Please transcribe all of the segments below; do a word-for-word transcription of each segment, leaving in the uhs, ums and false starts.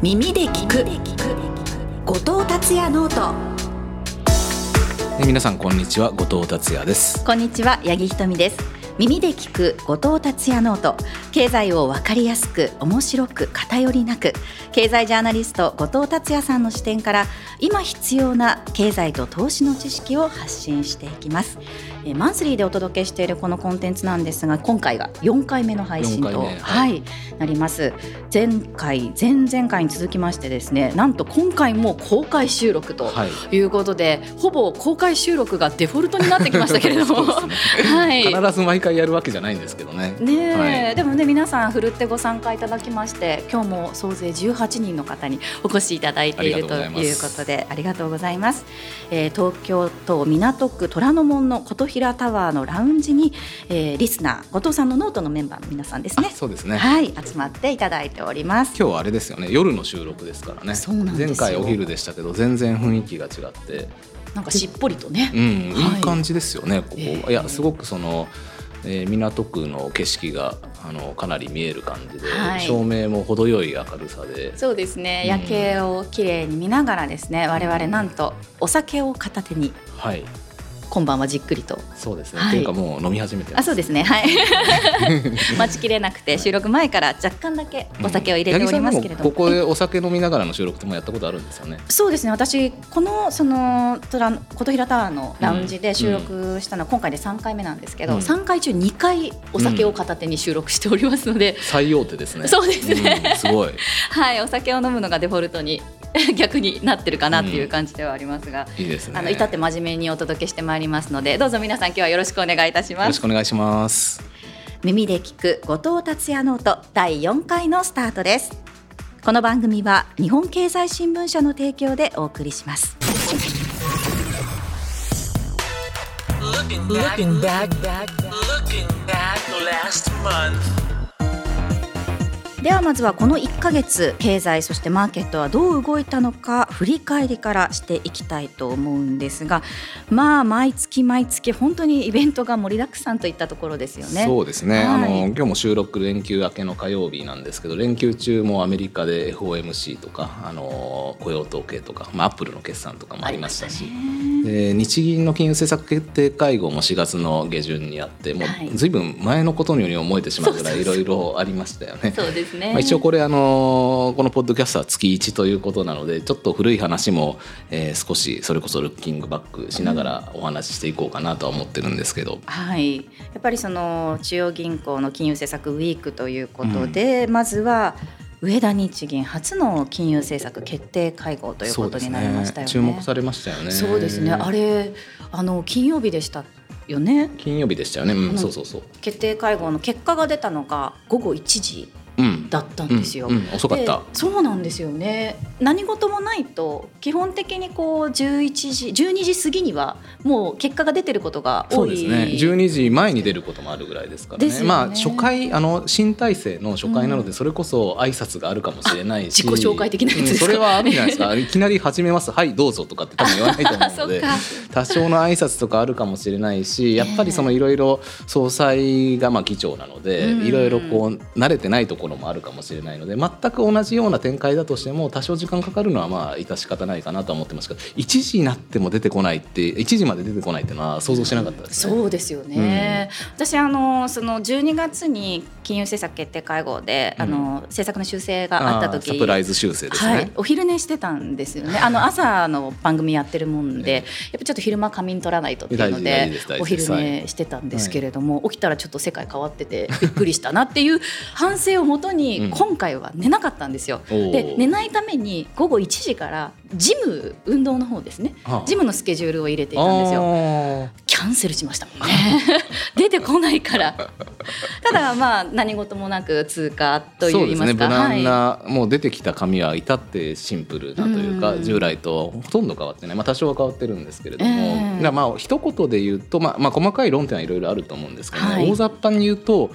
耳で聞く後藤達也ノート。 え皆さんこんにちは、後藤達也です。 こんにちは、八木ひとみです。耳で聞く後藤達也ノート。経済を分かりやすく面白く偏りなく、経済ジャーナリスト後藤達也さんの視点から今必要な経済と投資の知識を発信していきます。えマンスリーでお届けしているこのコンテンツなんですが、今回がよんかいめの配信と、 はいはい、なります。前回前々回に続きましてですね、なんと今回も公開収録ということで、はい、ほぼ公開収録がデフォルトになってきましたけれどもそうですね、はい、必ず毎回やるわけじゃないんですけどね。 ね、 はい、 でもね、皆さんふるってご参加いただきまして、今日も総勢じゅうはちにんの方にお越しいただいているということで、ありがとうございます。えー、東京都港区虎ノ門の琴平タワーのラウンジに、えー、リスナー後藤さんのノートのメンバーの皆さんですね。 そうですね、 はい、集まっていただいております。 今日はあれですよね、夜の収録ですからね。 そうなんですよ。 前回お昼でしたけど全然雰囲気が違って、 なんかしっぽりとね、 うん、いい感じですよね、はい、ここ、 えー、 いやすごくその、えー、港区の景色があのかなり見える感じで、はい、照明も程よい明るさで、 そうですね、うん、夜景をきれいに見ながらですね、我々なんとお酒を片手に、はい、今晩はじっくりと。 そうですね、 はい、 というかもう飲み始めてます。 あ、そうですね、はい待ちきれなくて収録前から若干だけお酒を入れておりますけれども、 うん、ここでお酒飲みながらの収録ってもやったことあるんですよね。 そうですね、私このその琴平タワーのラウンジで収録したのは今回でさんかいめなんですけど、うん、さんかい中にかいお酒を片手に収録しておりますので、うん、 最大手ですね。 そうですね、 うん、すごいはい、お酒を飲むのがデフォルトに逆になってるかなっていう感じではありますが、 うん、いいですね。 あの至って真面目にお届けしてまいりますので、どうぞ皆さん今日はよろしくお願いいたします。 よろしくお願いします。 耳で聞く後藤達也ノートだいよんかいのスタートです。この番組は日本経済新聞社の提供でお送りします。Looking back, looking back, looking back last month.ではまずはこのいっかげつ経済そしてマーケットはどう動いたのか振り返りからしていきたいと思うんですが、まあ毎月毎月本当にイベントが盛りだくさんといったところですよね。 そうですね、はい、あの今日も収録連休明けの火曜日なんですけど、連休中もアメリカで エフオーエムシー とかあの雇用統計とか、まあ、アップルの決算とかもありましたし、で日銀の金融政策決定会合もしがつの下旬にあって、もうずいぶん前のことのように思えてしまうぐらいいろいろありましたよね。 そうですね、 まあ、一応これあのこのポッドキャストは月いちということなので、ちょっと古い話も、えー、少しそれこそルッキングバックしながらお話ししていこうかなとは思ってるんですけど、 うん、はい、やっぱりその中央銀行の金融政策ウィークということで、うん、まずは上田日銀初の金融政策決定会合ということになりましたよね。 注目されましたよね。 そうですね、あれあの金曜日でしたよね。 金曜日でしたよね、うん、そうそうそう。 決定会合の結果が出たのがごごいちじだったんですよ、 うんうんうん、遅かった。 そうなんですよね。何事もないと基本的にこうじゅういちじじゅうにじ過ぎにはもう結果が出てることが多い。 そうですね、じゅうにじまえに出ることもあるぐらいですから ね, ね、まあ、初回あの新体制の初回なので、それこそ挨拶があるかもしれないし、 自己紹介的なやつですか、 うん、それはあるんじゃないですかいきなり始めますはいどうぞとかって多分言わないと思うので多少の挨拶とかあるかもしれないし、やっぱりそのいろいろ総裁がまあ議長なので、いろいろこう慣れてないところもあるかもしれないないので、全く同じような展開だとしても多少時間かかるのはまあ致し方ないかなとは思ってますけど、いちじになっても出てこないって、いちじまで出てこないっていうのは想像しなかったですね。 そうですよね、うん、私あのそのじゅうにがつに金融政策決定会合で、うん、あの政策の修正があった時、 サプライズ修正ですね、 はい、お昼寝してたんですよね。あの朝の番組やってるもんで、ね、やっぱちょっと昼間仮眠取らないとっていうのでお昼寝してたんですけれども、はい、起きたらちょっと世界変わっててびっくりしたなっていう反省をもとに今回は寝なかったんですよ、うん、で寝ないためにごごいちじからジム運動の方ですね、はあ、ジムのスケジュールを入れていたんですよ。キャンセルしましたもんね出てこないから。ただまあ何事もなく通過といいますか、 そうですね、無難な、はい、もう出てきた紙は至ってシンプルなというか、うん、従来とほとんど変わってない、まあ、多少は変わってるんですけれども、えー、まあ一言で言うと、まあ、まあ細かい論点はいろいろあると思うんですけど、ね、はい、大雑把に言うと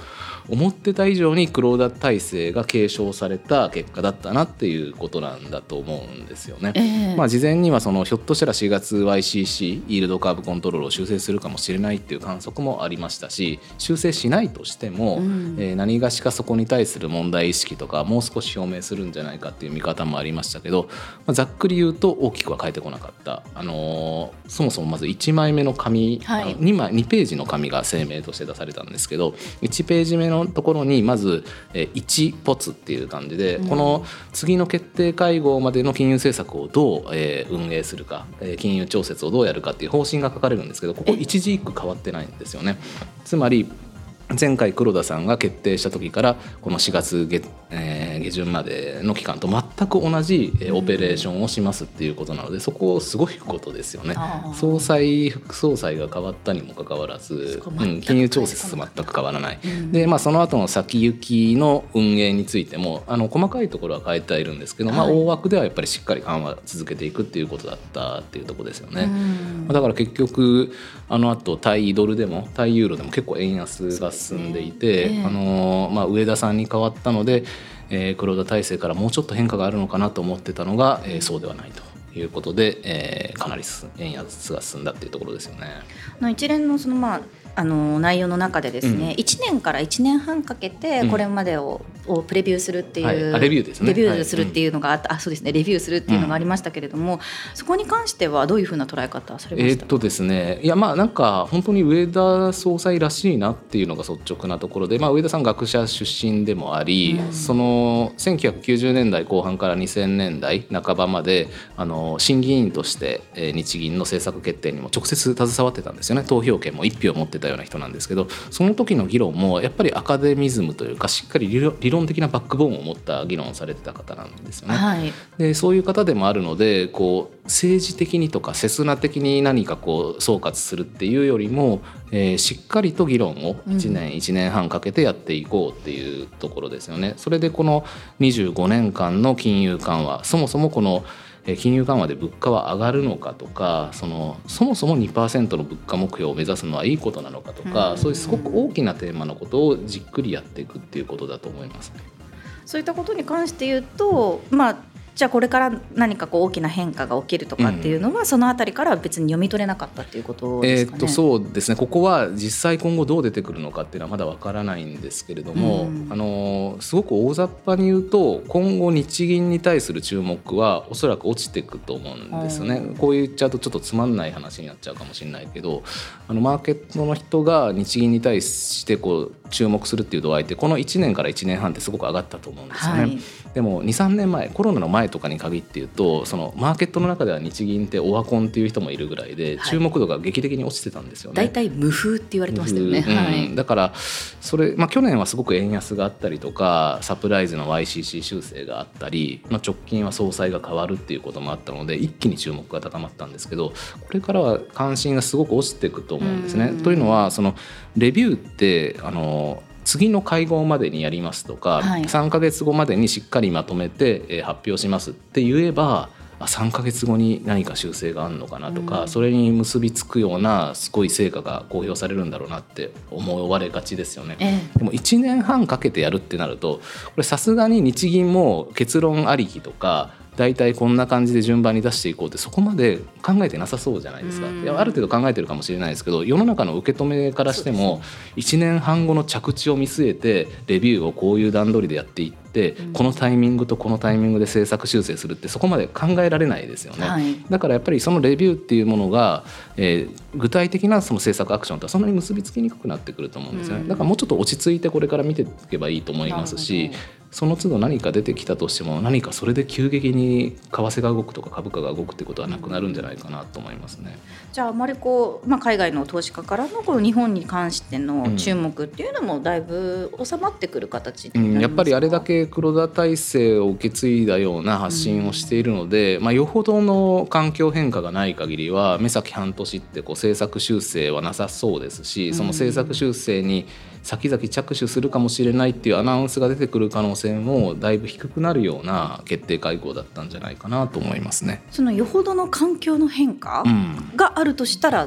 思ってた以上に黒田体制が継承された結果だったなっていうことなんだと思うんですよね、えーまあ、事前にはそのひょっとしたらしがつ ワイシーシー イールドカーブコントロールを修正するかもしれないっていう観測もありましたし、修正しないとしても、うんえー、何がしかそこに対する問題意識とかもう少し表明するんじゃないかっていう見方もありましたけど、まあ、ざっくり言うと大きくは変えてこなかった。あのー、そもそもまずいちまいめの紙、はい、に, 枚にページの紙が声明として出されたんですけど、いちページ目のところにまずいちポツっていう感じで、うん、この次の決定会合までの金融政策をどう、えー、運営するか、えー、金融調節をどうやるかっていう方針が書かれるんですけど、ここ一字一句変わってないんですよね。つまり前回黒田さんが決定した時からこのしがつ 下,、えー、下旬までの期間と全く同じオペレーションをしますっていうことなので、そこすごいことですよね。総裁副総裁が変わったにもかかわらず、うん、金融調節全く変わらない、うん、で、まあ、その後の先行きの運営についてもあの細かいところは変えてはいるんですけど、まあ、大枠ではやっぱりしっかり緩和続けていくっていうことだったっていうところですよね、うん、だから結局あの後対ドルでも対ユーロでも結構円安が進んでいて、えーあのまあ、上田さんに変わったので、えー、黒田体制からもうちょっと変化があるのかなと思ってたのが、えー、そうではないということで、えー、かなり円安が進んだっていうところですよね。 一連のその、まああの内容の中でですね、うん、いちねんからいちねんはんかけてこれまでを、うん、をプレビューするっていう、 はい、レビューですね。 レビューするっていうのがあった、はい、あそうですねレビューするっていうのがありましたけれども、うん、そこに関してはどういうふうな捉え方されましたか？ えーっとですね、いやまあなんか本当に上田総裁らしいなっていうのが率直なところで、まあ、上田さん学者出身でもあり、うん、そのせんきゅうひゃくきゅうじゅうねんだいこう半からにせんねんだいなかばまであの審議員として、えー、日銀の政策決定にも直接携わってたんですよね。投票権もいちひょう持ってたような人なんですけど、その時の議論もやっぱりアカデミズムというかしっかり理論的なバックボーンを持った議論をされてた方なんですよね、はい、でそういう方でもあるのでこう政治的にとかセスナ的に何かこう総括するっていうよりも、えー、しっかりと議論をいちねん、うん、いちねんはんかけてやっていこうっていうところですよね。それでこのにじゅうごねんかんの金融緩和、そもそもこの金融緩和で物価は上がるのかとか、そのそもそも にパーセント の物価目標を目指すのはいいことなのかとか、うん、そういうすごく大きなテーマのことをじっくりやっていくっていうことだと思います。 そういったことに関して言うと、まあじゃあこれから何かこう大きな変化が起きるとかっていうのは、うん、そのあたりからは別に読み取れなかったっていうことですかね。 えー、っとそうですね、ここは実際今後どう出てくるのかっていうのはまだわからないんですけれども、うん、あのすごく大雑把に言うと今後日銀に対する注目はおそらく落ちていくと思うんですよね、うん、こう言っちゃうとちょっとつまんない話になっちゃうかもしれないけど、あのマーケットの人が日銀に対してこう注目するっていう度合いってこのいちねんからいちねんはんってすごく上がったと思うんですよね、はい、でも にさんねんまえコロナの前とかに限って言うとそのマーケットの中では日銀ってオワコンっていう人もいるぐらいで注目度が劇的に落ちてたんですよね。 だいたい無風って言われてましたよね、 うんはい、だからそれ、まあ、去年はすごく円安があったりとかサプライズの ワイシーシー 修正があったり、まあ、直近は総裁が変わるっていうこともあったので一気に注目が高まったんですけど、これからは関心がすごく落ちていくと思うんですね。というのはそのレビューってあの次の会合までにやりますとか、はい、さんかげつごまでにしっかりまとめて、えー、発表しますって言えばさんかげつごに何か修正があるのかなとか、うん、それに結びつくようなすごい成果が公表されるんだろうなって思われがちですよね、ええ、でもいちねんはんかけてやるってなるとこれさすがに日銀も結論ありきとかだいたいこんな感じで順番に出していこうってそこまで考えてなさそうじゃないですか。いやある程度考えてるかもしれないですけど世の中の受け止めからしてもいちねんはんごの着地を見据えてレビューをこういう段取りでやっていってこのタイミングとこのタイミングで政策修正するってそこまで考えられないですよね、はい、だからやっぱりそのレビューっていうものが、えー、具体的なその政策アクションとはそんなに結びつきにくくなってくると思うんですよね。だからもうちょっと落ち着いてこれから見ていけばいいと思いますし、その都度何か出てきたとしても何かそれで急激に為替が動くとか株価が動くってことはなくなるんじゃないかなと思いますね。 じゃああまりこう、まあ、海外の投資家からのこの日本に関しての注目っていうのもだいぶ収まってくる形になりますか？うん、やっぱりあれだけ黒田体制を受け継いだような発信をしているので、うんまあ、よほどの環境変化がない限りは目先半年ってこう政策修正はなさそうですし、その政策修正に先々着手するかもしれないっていうアナウンスが出てくる可能性もだいぶ低くなるような決定会合だったんじゃないかなと思いますね。 そのよほどの環境の変化があるとしたら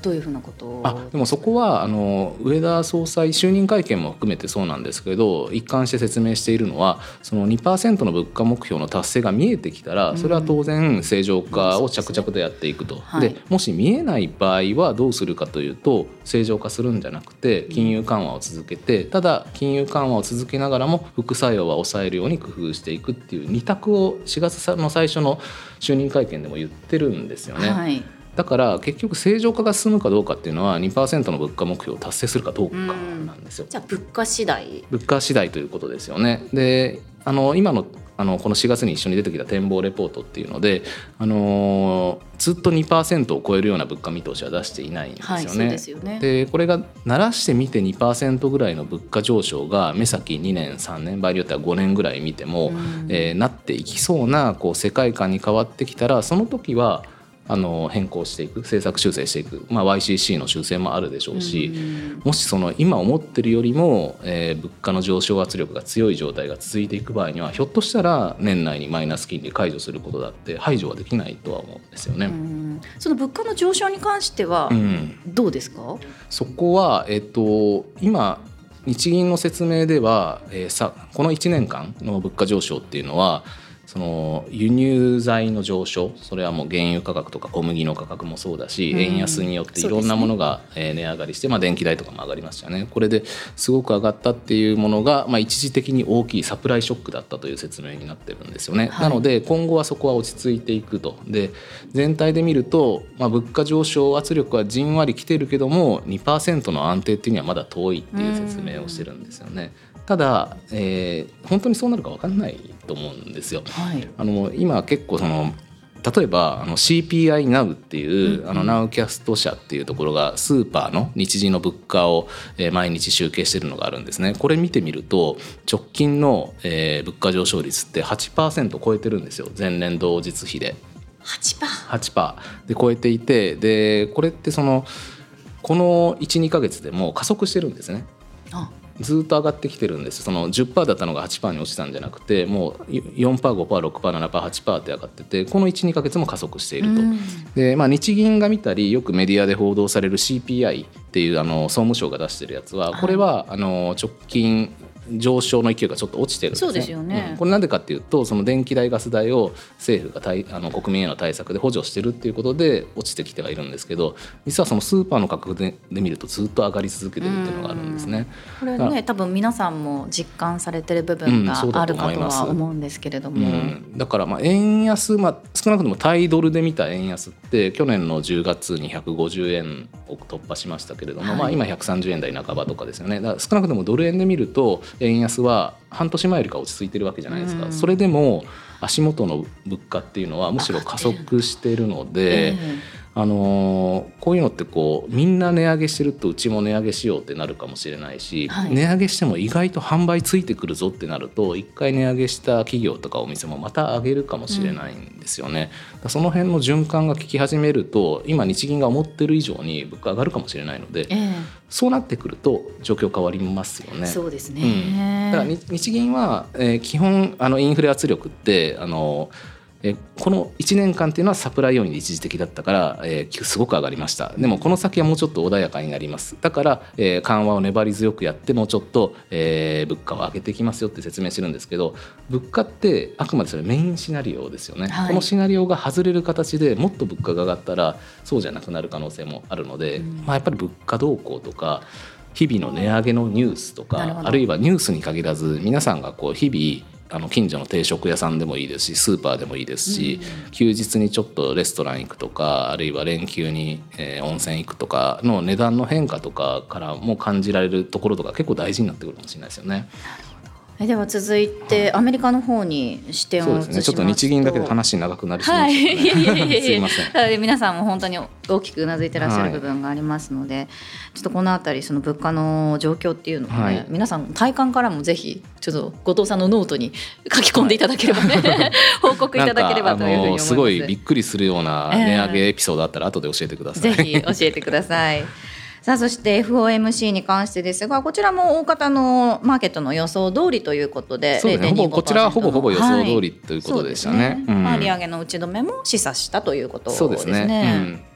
どういうふうなことを。 あでもそこはあの植田総裁就任会見も含めてそうなんですけど、一貫して説明しているのは、その にパーセント の物価目標の達成が見えてきたら、それは当然正常化を着々とやっていくと、うんで、もし見えない場合はどうするかというと、正常化するんじゃなくて金融緩和を続けて、ただ金融緩和を続けながらも副作用は抑えるように工夫していくっていうに択をしがつの最初の就任会見でも言ってるんですよね、はい、だから結局正常化が進むかどうかっていうのは にパーセント の物価目標を達成するかどうかなんですよ。 じゃあ物価次第物価次第ということですよね。であの今のあのこのしがつに一緒に出てきた展望レポートっていうので、あのー、ずっと にパーセント を超えるような物価見通しは出していないんですよね、はい、そうですよね。でこれが慣らしてみて にパーセント ぐらいの物価上昇が目先にねんさんねん、場合によってはごねんぐらい見ても、えー、なっていきそうなこう世界観に変わってきたら、その時はあの変更していく、政策修正していく、まあ、ワイシーシー の修正もあるでしょうし、うんもしその今思ってるよりも、えー、物価の上昇圧力が強い状態が続いていく場合には、ひょっとしたら年内にマイナス金利解除することだって排除はできないとは思うんですよね。うんその物価の上昇に関してはどうですか？うん、 そこは、えっと、今日銀の説明では、えー、さこのいちねんかんの物価上昇っていうのは、その輸入材の上昇、それはもう原油価格とか小麦の価格もそうだし、円安によっていろんなものが値上がりして、まあ、電気代とかも上がりましたよね。これですごく上がったっていうものが、まあ、一時的に大きいサプライショックだったという説明になってるんですよね、はい、なので今後はそこは落ち着いていくと。で全体で見ると、まあ、物価上昇圧力はじんわり来てるけども にパーセント の安定っていうにはまだ遠いっていう説明をしてるんですよね。ただ、えー、本当にそうなるか分かんないと思うんですよ、はい、あの今結構その例えばあの シーピーアイ ナウ っていう、うんうん、あのナウキャスト社っていうところがスーパーの日時の物価を、えー、毎日集計してるのがあるんですね。これ見てみると直近の、えー、物価上昇率って はちパーセント 超えてるんですよ、前年同日比ではちパーセント? はちパーセント で超えていて、でこれってそのこの いちにかげつでも加速してるんですね。あずっと上がってきてるんです。その じゅっパーセント だったのが はちパーセント に落ちたんじゃなくて、もう よんパーセント、ごパーセント、ろくパーセント、ななパーセント、はちパーセント って上がってて、この いちにかげつも加速していると。で、まあ、日銀が見たりよくメディアで報道される シーピーアイ っていうあの総務省が出してるやつは、これはあの直近上昇の勢いがちょっと落ちてるんですね。 そうですよね、 うん、これなんでかっていうと、その電気代ガス代を政府が対あの国民への対策で補助してるっていうことで落ちてきてはいるんですけど、実はそのスーパーの価格 で, で見るとずっと上がり続けてるっていうのがあるんですね。 これね、多分皆さんも実感されてる部分があるかとは思うんですけれども、うんうん、だからまあ円安、まあ、少なくとも対ドルで見た円安って去年のじゅうがつにひゃくごじゅうえんを突破しましたけれども、はい、まあ、今ひゃくさんじゅうえん台半ばとかですよね。だから少なくともドル円で見ると円安は半年前よりか落ち着いてるわけじゃないですか、うん、それでも足元の物価っていうのはむしろ加速しているので、あのー、こういうのってこうみんな値上げしてるとうちも値上げしようってなるかもしれないし、はい、値上げしても意外と販売ついてくるぞってなると一回値上げした企業とかお店もまた上げるかもしれないんですよね、うん、その辺の循環が効き始めると今日銀が思ってる以上に物価上がるかもしれないので、えー、そうなってくると状況変わりますよね。 そうですね、 うん、だから日銀は、えー、基本あのインフレ圧力ってあのえこのいちねんかんっていうのはサプライ要因で一時的だったから、えー、すごく上がりました。でもこの先はもうちょっと穏やかになります。だから、えー、緩和を粘り強くやってもうちょっと、えー、物価を上げていきますよって説明してるんですけど、物価ってあくまでそれメインシナリオですよね、はい、このシナリオが外れる形でもっと物価が上がったらそうじゃなくなる可能性もあるので、うんまあ、やっぱり物価動向とか日々の値上げのニュースとか、あるいはニュースに限らず皆さんがこう日々あの近所の定食屋さんでもいいですしスーパーでもいいですし、うん、休日にちょっとレストラン行くとかあるいは連休に、えー、温泉行くとかの値段の変化とかからも感じられるところとか結構大事になってくるかもしれないですよね。 えでは続いてアメリカの方に視点を移しますと、そうですね、 ちょっと日銀だけで話長くなりそうですね。すいません。 皆さんも本当に大きくうなずいてらっしゃる部分がありますので、はい、ちょっとこのあたりその物価の状況っていうのをね、はい、皆さん体感からもぜひちょっと後藤さんのノートに書き込んでいただければね、はい、報告いただければというふうに思います。 すごいびっくりするような値上げエピソードあったら後で教えてください、 えー、ぜひ教えてください。さあそして エフオーエムシー に関してですが、こちらも大方のマーケットの予想通りということで、 そうですね、ほぼこちらはほぼほぼ予想通りということでしたね。 はい、うん、まあ、利上げの打ち止めも示唆したということですね。 そうですね、うん、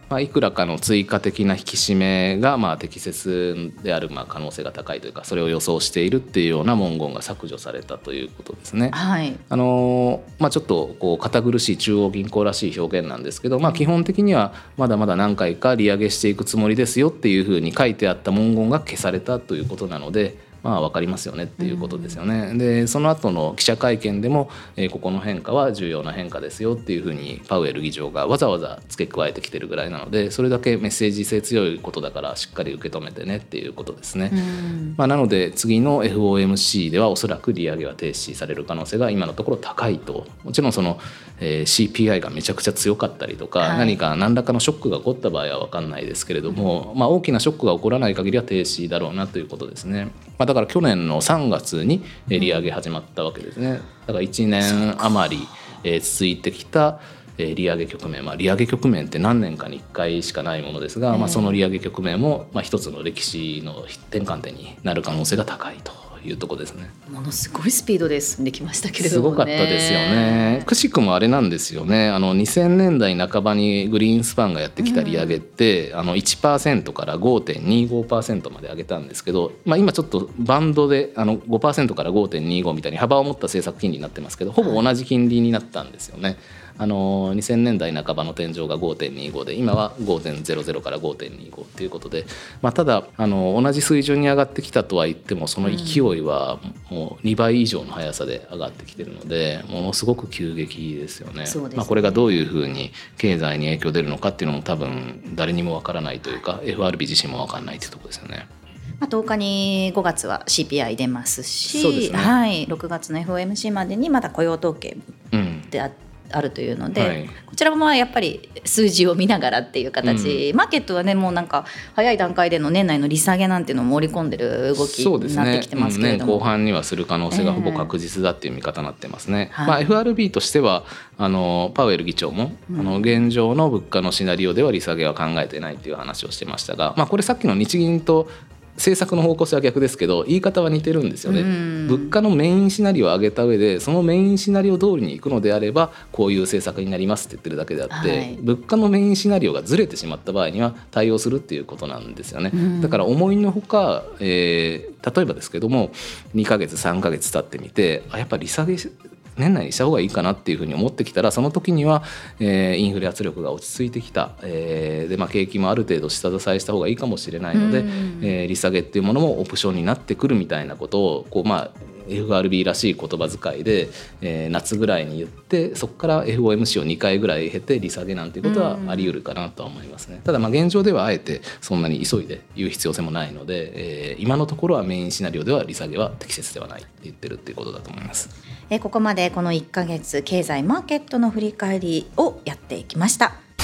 まあ、いくらかの追加的な引き締めがまあ適切であるまあ可能性が高いというか、それを予想しているっていうような文言が削除されたということですね。 はい、 あのまあ、ちょっとこう堅苦しい中央銀行らしい表現なんですけど、まあ、基本的にはまだまだ何回か利上げしていくつもりですよっていうふうに書いてあった文言が消されたということなので、まあ、分かりますよねっていうことですよね。でその後の記者会見でも、えー、ここの変化は重要な変化ですよっていうふうにパウエル議長がわざわざ付け加えてきてるぐらいなので、それだけメッセージ性強いことだからしっかり受け止めてねっていうことですね。まあ、なので次の エフオーエムシー ではおそらく利上げは停止される可能性が今のところ高いと。もちろんその、えー、シーピーアイ がめちゃくちゃ強かったりとか、はい、何か何らかのショックが起こった場合は分かんないですけれども、まあ、大きなショックが起こらない限りは停止だろうなということですね。まあ、だから去年のさんがつに利上げ始まったわけですね。だからいちねん余り、えー、続いてきた利上げ局面、まあ、利上げ局面って何年かにいっかいしかないものですが、まあ、その利上げ局面もまあ一つの歴史の転換点になる可能性が高いというところですね。 ものすごいスピードで進んできましたけれどもね。 すごかったですよね。くしくもあれなんですよね。あのにせんねんだい半ばにグリーンスパンがやってきた利上げって、うん、あの いちパーセント から ごてんにごパーセント まで上げたんですけど、まあ、今ちょっとバンドであの ごパーセント から ごてんにご みたいに幅を持った政策金利になってますけど、ほぼ同じ金利になったんですよね。はい、あのにせんねんだいなかばの天井が ごてんにご で、今は ごてんぜろぜろ から ごてんにご ということで、まあ、ただあの同じ水準に上がってきたとは言っても、その勢いはもうにばい以上の速さで上がってきているので、ものすごく急激ですよね。そうですね。まあ、これがどういうふうに経済に影響出るのかっていうのも多分誰にもわからないというか、 エフアールビー 自身もわからないというところですよね。 まあ、とおかにごがつは シーピーアイ 出ますし、 そうですね。 はい、ろくがつの エフオーエムシー までにまだ雇用統計であって、うんあるというので、はい、こちらもまあやっぱり数字を見ながらっていう形、うん、マーケットはねもうなんか早い段階での年内の利下げなんていうのを盛り込んでる動きになってきてますけれども、 そうですね、うん、年後半にはする可能性がほぼ確実だっていう見方になってますね。えーまあ、エフアールビー としてはあのパウエル議長も、うん、あの現状の物価のシナリオでは利下げは考えてないっていう話をしてましたが、まあ、これさっきの日銀と政策の方向性は逆ですけど言い方は似てるんですよね。物価のメインシナリオを上げた上でそのメインシナリオ通りにいくのであればこういう政策になりますって言ってるだけであって、はい、物価のメインシナリオがずれてしまった場合には対応するっていうことなんですよね。だから思いのほか、えー、例えばですけどもにかげつさんかげつ経ってみてあやっぱり利下げ年内にした方がいいかなっていうふうに思ってきたら、その時には、えー、インフレ圧力が落ち着いてきた、えーでまあ、景気もある程度下支えした方がいいかもしれないので、えー、利下げっていうものもオプションになってくるみたいなことをこう、まあ、エフアールビー らしい言葉遣いで、えー、夏ぐらいに言ってそこから エフオーエムシー をにかいぐらい経て利下げなんていうことはあり得るかなとは思いますね。ただまあ現状ではあえてそんなに急いで言う必要性もないので、えー、今のところはメインシナリオでは利下げは適切ではないって言ってるっていうことだと思います。 えー、ここまでこのいっかげつ経済マーケットの振り返りをやっていきました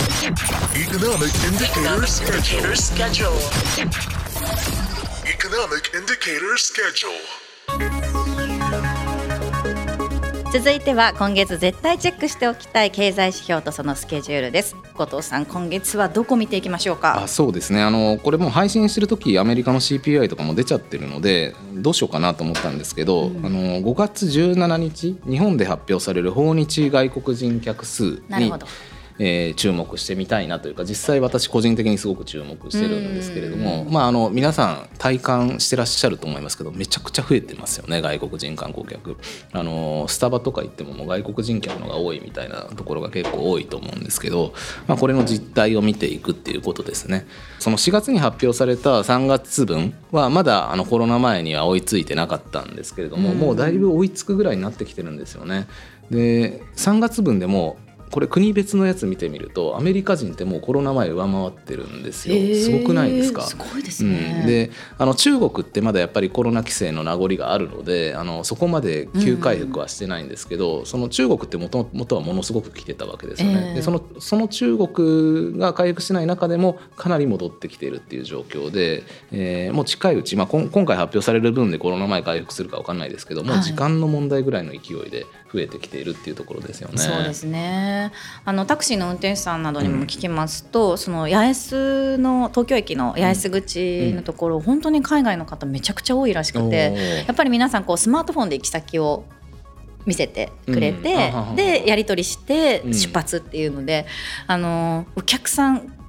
。Economic Indicator Schedule Economic Indicator Schedule 続いては今月絶対チェックしておきたい経済指標とそのスケジュールです。後藤さん、今月はどこ見ていきましょうか。 あそうですねあのこれも配信してる時アメリカの シーピーアイ とかも出ちゃってるのでどうしようかなと思ったんですけど、うん、あのごがつじゅうしちにち日本で発表される訪日外国人客数になるほどえー、注目してみたいなというか、実際私個人的にすごく注目してるんですけれども、まあ、あの皆さん体感してらっしゃると思いますけどめちゃくちゃ増えてますよね外国人観光客。あのスタバとか行ってももう外国人客のが多いみたいなところが結構多いと思うんですけど、まあ、これの実態を見ていくっていうことですね。そのしがつに発表されたさんがつぶんはまだあのコロナ前には追いついてなかったんですけれども、もうだいぶ追いつくぐらいになってきてるんですよね。でさんがつぶんでもこれ国別のやつ見てみるとアメリカ人ってもうコロナ前上回ってるんですよ。すごくないですか。 すごいですね。 うん、であの中国ってまだやっぱりコロナ規制の名残があるのであのそこまで急回復はしてないんですけど、うん、その中国ってもともとはものすごく来てたわけですよね。えー、でそのその中国が回復しない中でもかなり戻ってきているっていう状況で、えー、もう近いうち、まあ、こん今回発表される分でコロナ前回復するか分かんないですけども、はい、時間の問題ぐらいの勢いで増えてきているっていうところですよね。 そうですね。あのタクシーの運転手さんなどにも聞きますと、うん、その八重洲の東京駅の八重洲口のところ、うん、本当に海外の方めちゃくちゃ多いらしくて、やっぱり皆さんこうスマートフォンで行き先を見せてくれて、うん、でやり取りして出発っていうので、うん、あのお客さん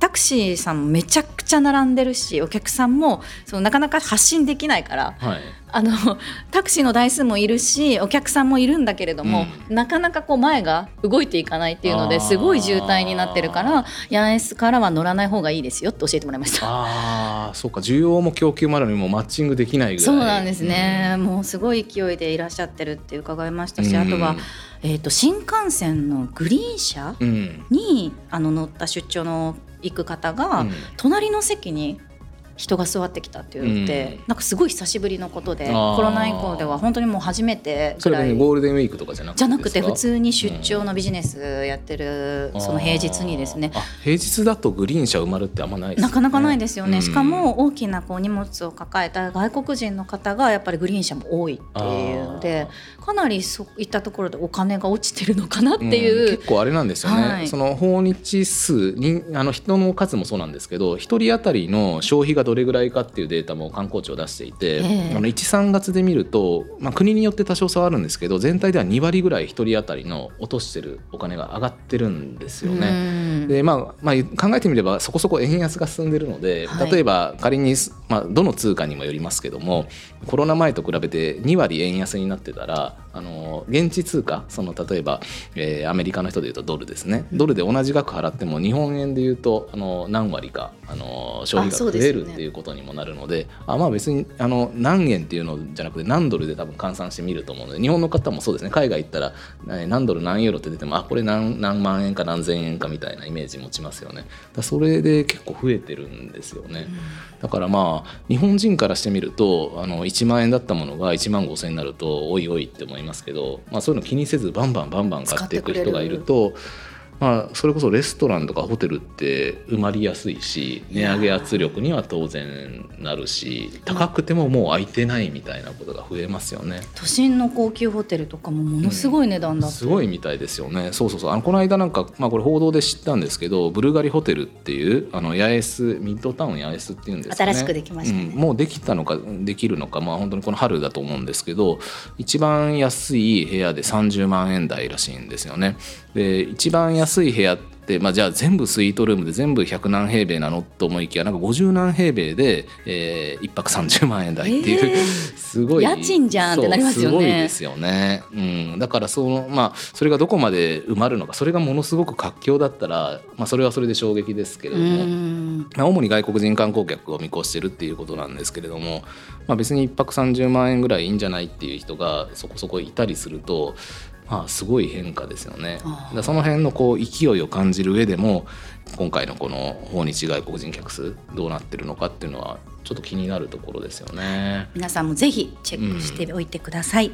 タクシーさんもめちゃくちゃ並んでるし、お客さんもそのなかなか発信できないから、はい、あのタクシーの台数もいるしお客さんもいるんだけれども、うん、なかなかこう前が動いていかないっていうのですごい渋滞になってるから、ヤンエスからは乗らない方がいいですよって教えてもらいました。 あそうか、需要も供給もあるのにもうマッチングできないぐらい。 そうなんですね、うん、もうすごい勢いでいらっしゃってるって伺いましたし、うん、あとは、えーと、新幹線のグリーン車に、うん、あの乗った出張の行く方が、うん、隣の席に人が座ってきたって言って、うん、なんかすごい久しぶりのことで、コロナ以降では本当にもう初めてぐらい。 それでゴールデンウィークとかじゃなくてじゃなくて普通に出張のビジネスやってる、うん、その平日にですね。 あ、平日だとグリーン車埋まるってあんまないですよね。 なかなかないですよね、うん、しかも大きなこう荷物を抱えた外国人の方がやっぱりグリーン車も多いっていうので、かなりそういったところでお金が落ちてるのかなっていう、 うん、結構あれなんですよね、はい、その訪日数にあの人の数もそうなんですけど、ひとり当たりの消費がどれぐらいかっていうデータも観光庁出していて、えー、あのいち、さんがつで見ると、まあ、国によって多少差はあるんですけど、全体ではにわりぐらいひとり当たりの落としてるお金が上がってるんですよね。で、まあまあ、考えてみればそこそこ円安が進んでるので、はい、例えば仮に、まあ、どの通貨にもよりますけども、コロナ前と比べてにわり円安になってたら、あの現地通貨、その例えば、えー、アメリカの人でいうとドルですね、ドルで同じ額払っても日本円でいうとあの何割かあの消費が増えるっていうことにもなるので、あ、まあ別にあの何円っていうのじゃなくて何ドルで多分換算してみると思うので、日本の方もそうですね、海外行ったら何ドル何ユーロって出ても、あ、これ 何, 何万円か何千円かみたいなイメージ持ちますよね。だそれで結構増えてるんですよね、うん、だからまあ日本人からしてみるとあのいちまん円だったものがいちまんごせん円になるとおいおいって思いますけど、まあ、そういうの気にせずバンバンバンバン買っていく人がいると、まあ、それこそレストランとかホテルって埋まりやすいし、値上げ圧力には当然なるし、高くてももう空いてないみたいなことが増えますよね。 都心の高級ホテルとかもものすごい値段だった、うん、 すごいみたいですよね。そうそうそう、あのこの間なんか、まあ、これ報道で知ったんですけど、ブルガリホテルっていうあの八重洲ミッドタウン八重洲っていうんですかね、 新しくできましたね、 うん、もうできたのかできるのか、まあ、本当にこの春だと思うんですけど、一番安い部屋でさんじゅうまん円台らしいんですよね。で一番安い部屋で、まあ、じゃあ全部スイートルームで全部ひゃく何平米なのと思いきや、なんかごじゅう何平米で、えー、いっぱくさんじゅうまん円台っていう、えー、すごい家賃じゃんってなりますよね。 すごいですよね、うん、だからその、まあ、それがどこまで埋まるのか、それがものすごく活況だったら、まあ、それはそれで衝撃ですけれども、まあ、主に外国人観光客を見越してるっていうことなんですけれども、まあ、別にいっぱくさんじゅうまん円ぐらいいいんじゃないっていう人がそこそこいたりすると、まあ、すごい変化ですよね。だその辺のこう勢いを感じる上でも、今回のこの訪日外国人客数どうなってるのかっていうのはちょっと気になるところですよね。 皆さんもぜひチェックしておいてください、うん、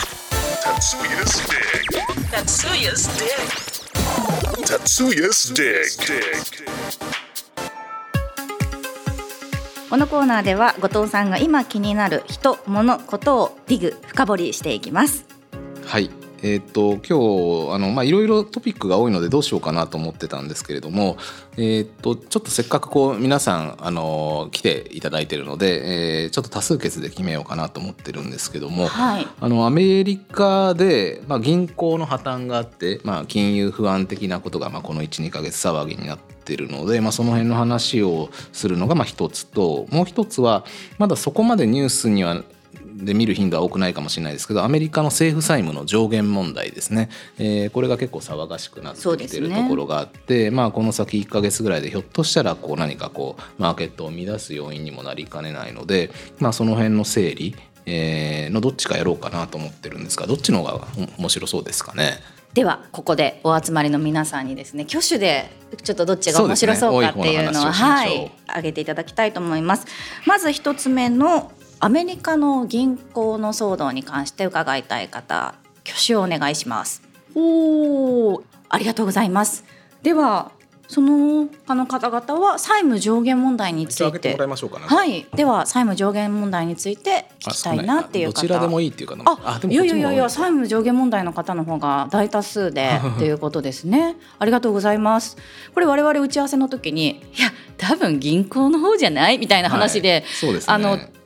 このコーナーでは後藤さんが今気になる人、物、ことをディグ、深掘りしていきます。 はい、えー、と今日あの、まあ、いろいろトピックが多いのでどうしようかなと思ってたんですけれども、えー、とちょっとせっかくこう皆さんあの来ていただいているので、えー、ちょっと多数決で決めようかなと思ってるんですけども、はい、あのアメリカで、まあ、銀行の破綻があって、まあ、金融不安的なことが、まあ、この いち,に ヶ月騒ぎになっているので、まあ、その辺の話をするのがまあ一つと、もう一つはまだそこまでニュースにはで見る頻度は多くないかもしれないですけど、アメリカの政府債務の上限問題ですね、えー、これが結構騒がしくなってきているところがあって、ね、まあ、この先いっかげつぐらいでひょっとしたらこう何かこうマーケットを乱す要因にもなりかねないので、まあ、その辺の整理、えー、のどっちかやろうかなと思ってるんですが、どっちの方が面白そうですかね。 ではここでお集まりの皆さんにですね、挙手でちょっとどっちが面白そうかっていうのを、はい、挙げていただきたいと思います。まず一つ目のアメリカの銀行の騒動に関して伺いたい方、挙手をお願いします。おー、ありがとうございます。ではその他の方々は債務上限問題について、はい、では債務上限問題について聞きたいなっていう方、 どちらでもいいっていうかな、 あ、いやいやいやいや、債務上限問題の方の方が大多数でということですね。ありがとうございます。これ我々打ち合わせの時に、いや多分銀行の方じゃないみたいな話で、 はい、そうですね、 あの通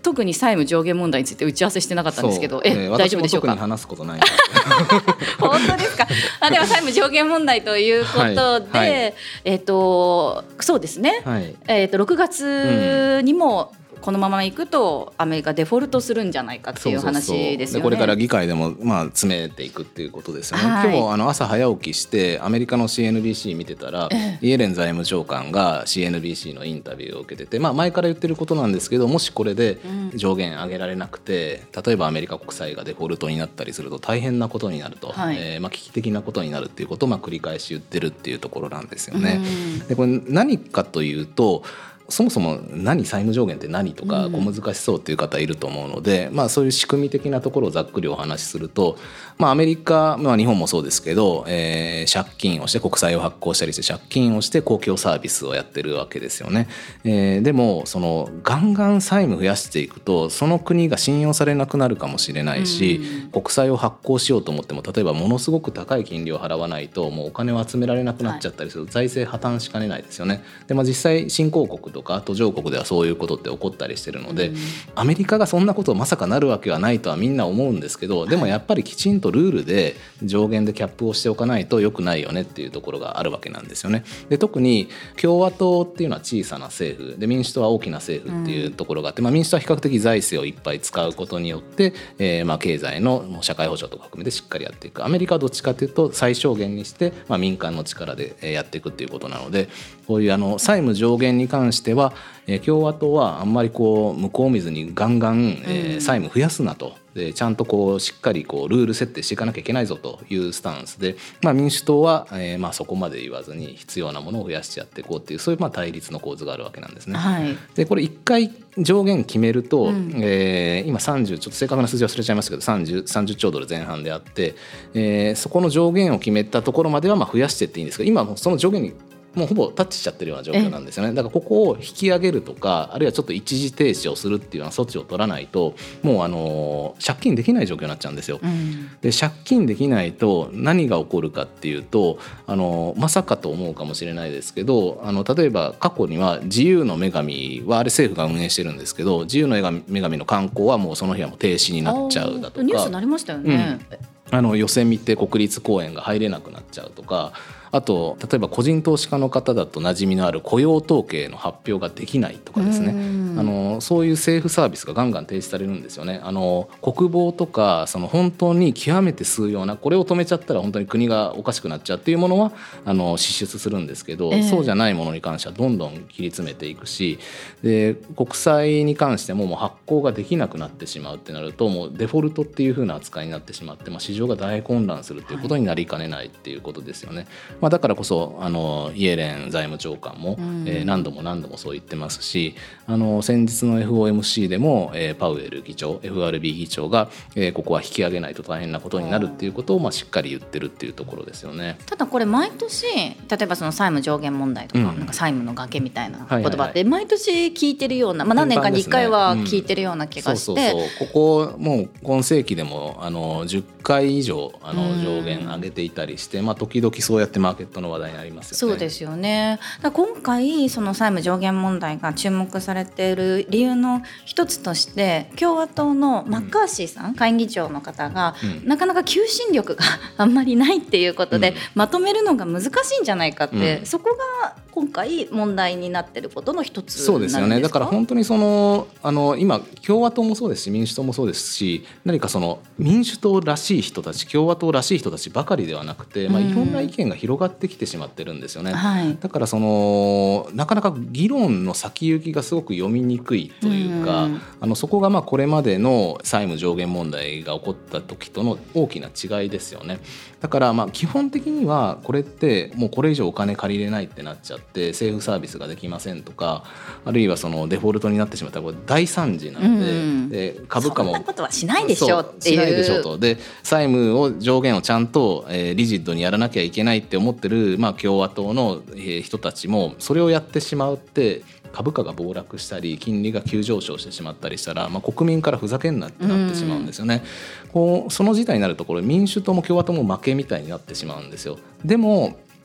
特に債務上限問題について打ち合わせしてなかったんですけど、え、えー、大丈夫でしょうか。 私も特に話すことない本当ですか。あ、では債務上限問題ということで、はいはい、えーとそうですね、はい、えーとろくがつにも、うんこのままいくとアメリカデフォルトするんじゃないかっていう話ですよね。そうそうそうでこれから議会でもまあ詰めていくっていうことですよね、はい、今日あの朝早起きしてアメリカの シーエヌビーシー 見てたら、ええ、イエレン財務長官が シーエヌビーシー のインタビューを受けてて、まあ、前から言ってることなんですけど、もしこれで上限上げられなくて、うん、例えばアメリカ国債がデフォルトになったりすると大変なことになると、はいえーまあ、危機的なことになるっていうことをまあ繰り返し言ってるっていうところなんですよね、うん、でこれ何かというとそもそも何債務上限って何とかこう難しそうっていう方いると思うので、うんまあ、そういう仕組み的なところをざっくりお話しすると、まあ、アメリカ、まあ、日本もそうですけど、えー、借金をして国債を発行したりして借金をして公共サービスをやってるわけですよね、えー、でもそのガンガン債務増やしていくとその国が信用されなくなるかもしれないし、うん、国債を発行しようと思っても例えばものすごく高い金利を払わないともうお金を集められなくなっちゃったりすると、はい、財政破綻しかねないですよね。で、まあ、実際新興国ととか途上国ではそういうことって起こったりしてるので、うん、アメリカがそんなことをまさかなるわけはないとはみんな思うんですけど、でもやっぱりきちんとルールで上限でキャップをしておかないと良くないよねっていうところがあるわけなんですよね。で、特に共和党っていうのは小さな政府で民主党は大きな政府っていうところがあって、うんまあ、民主党は比較的財政をいっぱい使うことによって、えー、まあ経済の社会保障とか含めてしっかりやっていく。アメリカはどっちかというと最小限にして、まあ、民間の力でやっていくっていうことなので、こういうあの債務上限に関しては共和党はあんまりこう向こう見ずにガンガン、えー、債務増やすなと、でちゃんとこうしっかりこうルール設定していかなきゃいけないぞというスタンスで、まあ、民主党は、えーまあ、そこまで言わずに必要なものを増やしてやっていこうっていうそういうまあ対立の構図があるわけなんですね、はい、でこれ一回上限決めると、うんえー、今さんじゅうちょっと正確な数字忘れちゃいましたけどさんじゅう、さんじゅっちょうドル前半であって、えー、そこの上限を決めたところまではまあ増やしていっていいんですけど、今もその上限にもうほぼタッチしちゃってるような状況なんですよね。だからここを引き上げるとかあるいはちょっと一時停止をするっていうような措置を取らないともうあの借金できない状況になっちゃうんですよ、うん、で借金できないと何が起こるかっていうとあのまさかと思うかもしれないですけどあの例えば過去には自由の女神はあれ政府が運営してるんですけど自由の女神の観光はもうその日はもう停止になっちゃうだとかニュースになりましたよね、 うん、あのヨセミテ国立公園が入れなくなっちゃうとかあと例えば個人投資家の方だと馴染みのある雇用統計の発表ができないとかですねあのそういう政府サービスがガンガン停止されるんですよね。あの国防とかその本当に極めて数ようなこれを止めちゃったら本当に国がおかしくなっちゃうっていうものはあの支出するんですけど、えー、そうじゃないものに関してはどんどん切り詰めていくしで国債に関してももう発行ができなくなってしまうってなるともうデフォルトっていう風な扱いになってしまって、まあ、市場が大混乱するっていうことになりかねないっていうことですよね、はいまあ、だからこそあのイエレン財務長官も、うんえー、何度も何度もそう言ってますしあの先日の エフオーエムシー でも、えー、パウエル議長 エフアールビー 議長が、えー、ここは引き上げないと大変なことになるっていうことを、まあ、しっかり言ってるっていうところですよね。 ただこれ毎年例えばその債務上限問題とか、うん、なんか債務の崖みたいな言葉って毎年聞いてるような、まあ、何年かにいっかいは聞いてるような気がして、 ここもう今世紀でもあのじゅっかい以上あの上限上げていたりして、まあ、時々そうやってマーケットの話題になりますよね。 そうですよね。だから今回その債務上限問題が注目されている理由の一つとして共和党のマッカーシーさん、うん、下院議長の方が、うん、なかなか求心力があんまりないっていうことで、うん、まとめるのが難しいんじゃないかって、うん、そこが今回問題になっていることの一つなんですか？ そうですよね。だから本当にそのあの今共和党もそうですし民主党もそうですし何かその民主党らしい人たち共和党らしい人たちばかりではなくて、まあ、いろんな意見が広がってきてしまってるんですよね、はい、だからそのなかなか議論の先行きがすごく読みにくいというか、うあのそこがまあこれまでの債務上限問題が起こった時との大きな違いですよね。だからまあ基本的にはこれってもうこれ以上お金借りれないってなっちゃって政府サービスができませんとかあるいはそのデフォルトになってしまったらこれ大惨事なので、うん、で株価もそんなことはしないでしょうっていうしないでしょうとで債務を上限をちゃんと、えー、リジッドにやらなきゃいけないって思ってる、まあ、共和党の、えー、人たちもそれをやってしまうって株価が暴落したり金利が急上昇してしまったりしたら、まあ、国民からふざけんなってなってしまうんですよね、うん、こうその事態になるところ民主党も共和党も負けみたいになってしまうんですよ。でも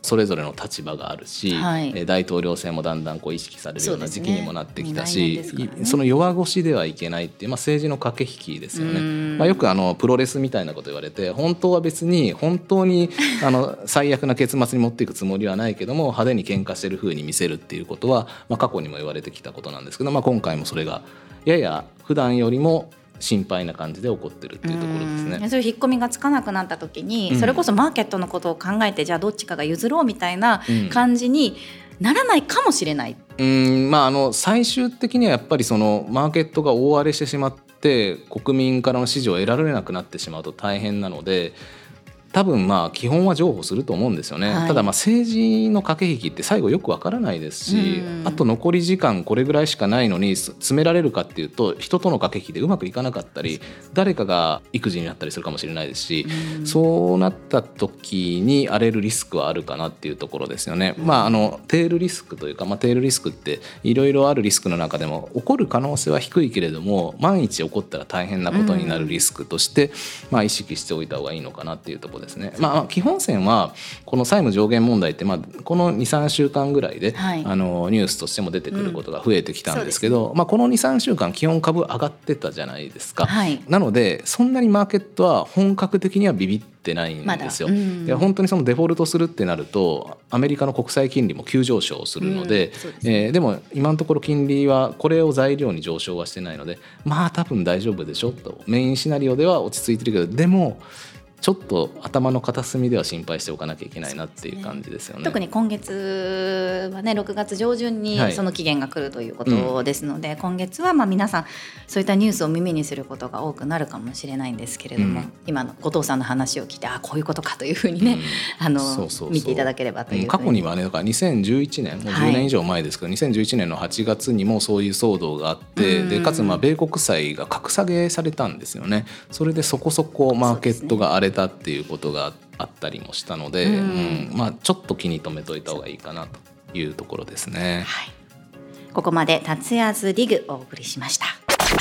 それぞれの立場があるし、はい、大統領選もだんだんこう意識されるような時期にもなってきたし、 そ,、ねね、その弱腰ではいけないっていう、まあ、政治の駆け引きですよね。まあ、よくあのプロレスみたいなこと言われて、本当は別に本当にあの最悪な結末に持っていくつもりはないけども派手に喧嘩してる風に見せるっていうことは、まあ、過去にも言われてきたことなんですけど、まあ、今回もそれがやや普段よりも心配な感じで起こってるっていうところですね。 そういう引っ込みがつかなくなった時に、うん、それこそマーケットのことを考えてじゃあどっちかが譲ろうみたいな感じにならないかもしれない、 うん、まあ、あの最終的にはやっぱりそのマーケットが大荒れしてしまって国民からの支持を得られなくなってしまうと大変なので、多分まあ基本は譲歩すると思うんですよね、はい、ただまあ政治の駆け引きって最後よくわからないですし、あと残り時間これぐらいしかないのに詰められるかっていうと人との駆け引きでうまくいかなかったり誰かが育児になったりするかもしれないですし、そうなった時に荒れるリスクはあるかなっていうところですよね。まああのテールリスクというか、まあ、テールリスクっていろいろあるリスクの中でも起こる可能性は低いけれども万一起こったら大変なことになるリスクとして、まあ、意識しておいた方がいいのかなっていうところですね。まあ、基本線はこの債務上限問題って、まあ、この にさんしゅうかんぐらいで、はい、あのニュースとしても出てくることが増えてきたんですけど、うんまあ、この にさんしゅうかん基本株上がってたじゃないですか、はい、なのでそんなにマーケットは本格的にはビビってないんですよ、まうん、で本当にそのデフォルトするってなるとアメリカの国債金利も急上昇するので、うんそうですねえー、でも今のところ金利はこれを材料に上昇はしてないので、まあ多分大丈夫でしょとメインシナリオでは落ち着いてるけど、でもちょっと頭の片隅では心配しておかなきゃいけないなっていう感じですよね。 特に今月はねろくがつ上旬にその期限が来るということですので、はいうん、今月はまあ皆さんそういったニュースを耳にすることが多くなるかもしれないんですけれども、うん、今の後藤さんの話を聞いてあこういうことかというふうにね、うん、あのそうそうそう見ていただければという。 過去にはねだからにせんじゅういちねんもうじゅうねん以上前ですけど、はい、にせんじゅういちねんのはちがつにもそういう騒動があって、うん、でかつまあ米国債が格下げされたんですよね。それでそこそこマーケットが荒れたっていうことがあったりもしたので、うんうんまあ、ちょっと気に留めといた方がいいかなというところですね、 はい、ここまで達也リグお送りしました。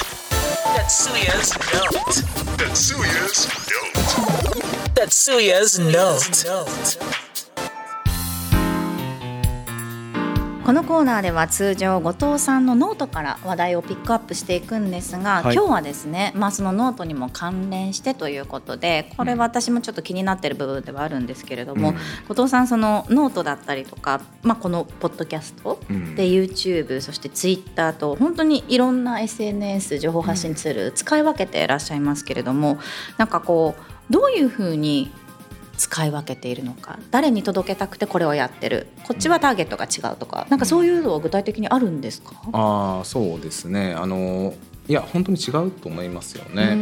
このコーナーでは通常後藤さんのノートから話題をピックアップしていくんですが、はい、今日はですね、まあ、そのノートにも関連してということでこれ私もちょっと気になっている部分ではあるんですけれども、うん、後藤さんそのノートだったりとか、まあ、このポッドキャストで、うん、YouTube そしてツイッターと本当にいろんな エスエヌエス 情報発信ツール使い分けていらっしゃいますけれども、なんかこうどういうふうに使い分けているのか、誰に届けたくてこれをやってる、こっちはターゲットが違うとか、なんかそういうのは具体的にあるんですか？ ああそうですね、あのいや本当に違うと思いますよね。うん、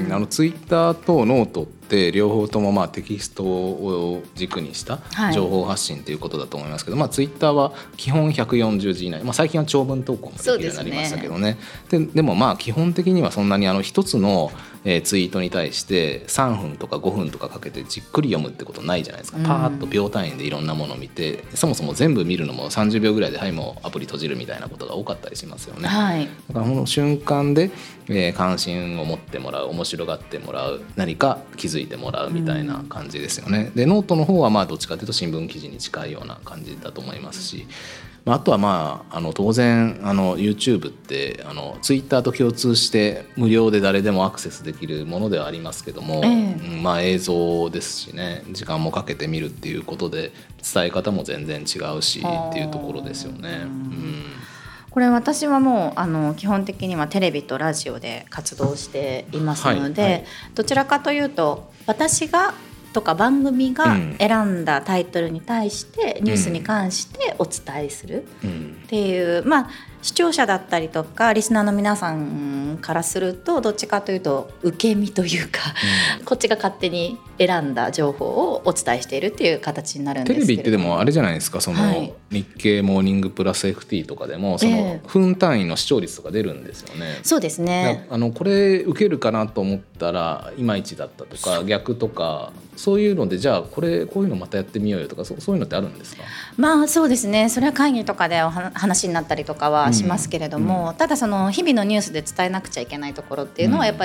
あのツイッターとノートって両方ともまあテキストを軸にした情報発信ということだと思いますけど、はいまあ、ツイッターは基本ひゃくよんじゅうじ以内、まあ、最近は長文投稿もできるようになりましたけどね。で, で, でもまあ基本的にはそんなにあの一つのえー、ツイートに対してさんぷんとかごふんとかかけてじっくり読むってことないじゃないですか。パーッと秒単位でいろんなものを見て、そもそも全部見るのもさんじゅうびょうぐらいではいもうアプリ閉じるみたいなことが多かったりしますよね、はい、だからこの瞬間で、えー、関心を持ってもらう、面白がってもらう、何か気づいてもらうみたいな感じですよね。でノートの方はまあどっちかというと新聞記事に近いような感じだと思いますし、あとはまああの当然あの YouTube ってあの Twitter と共通して無料で誰でもアクセスできるものではありますけども、えーまあ、映像ですしね、時間もかけて見るっていうことで伝え方も全然違うしっていうところですよね。うん、 これ私はもうあの基本的にはテレビとラジオで活動していますので、はいはい、どちらかというと私がとか番組が選んだタイトルに対してニュースに関してお伝えするっていう、まあ視聴者だったりとかリスナーの皆さんからするとどっちかというと受け身というか、うん、こっちが勝手に選んだ情報をお伝えしているっていう形になるんですけれども、 テレビってでもあれじゃないですか、その、はい、日経モーニングプラス エフティー とかでもその分単位の視聴率とか出るんですよね、 えー、そうですね。 あのこれ受けるかなと思ったらいまいちだったとか逆とかそういうので、じゃあこれこういうのまたやってみようよとか そ, そういうのってあるんですか？ まあそうですね、それは会議とかでお話になったりとかはしますけれども、うんうん、ただその日々のニュースで伝えなくちゃいけないところっていうのはやっぱり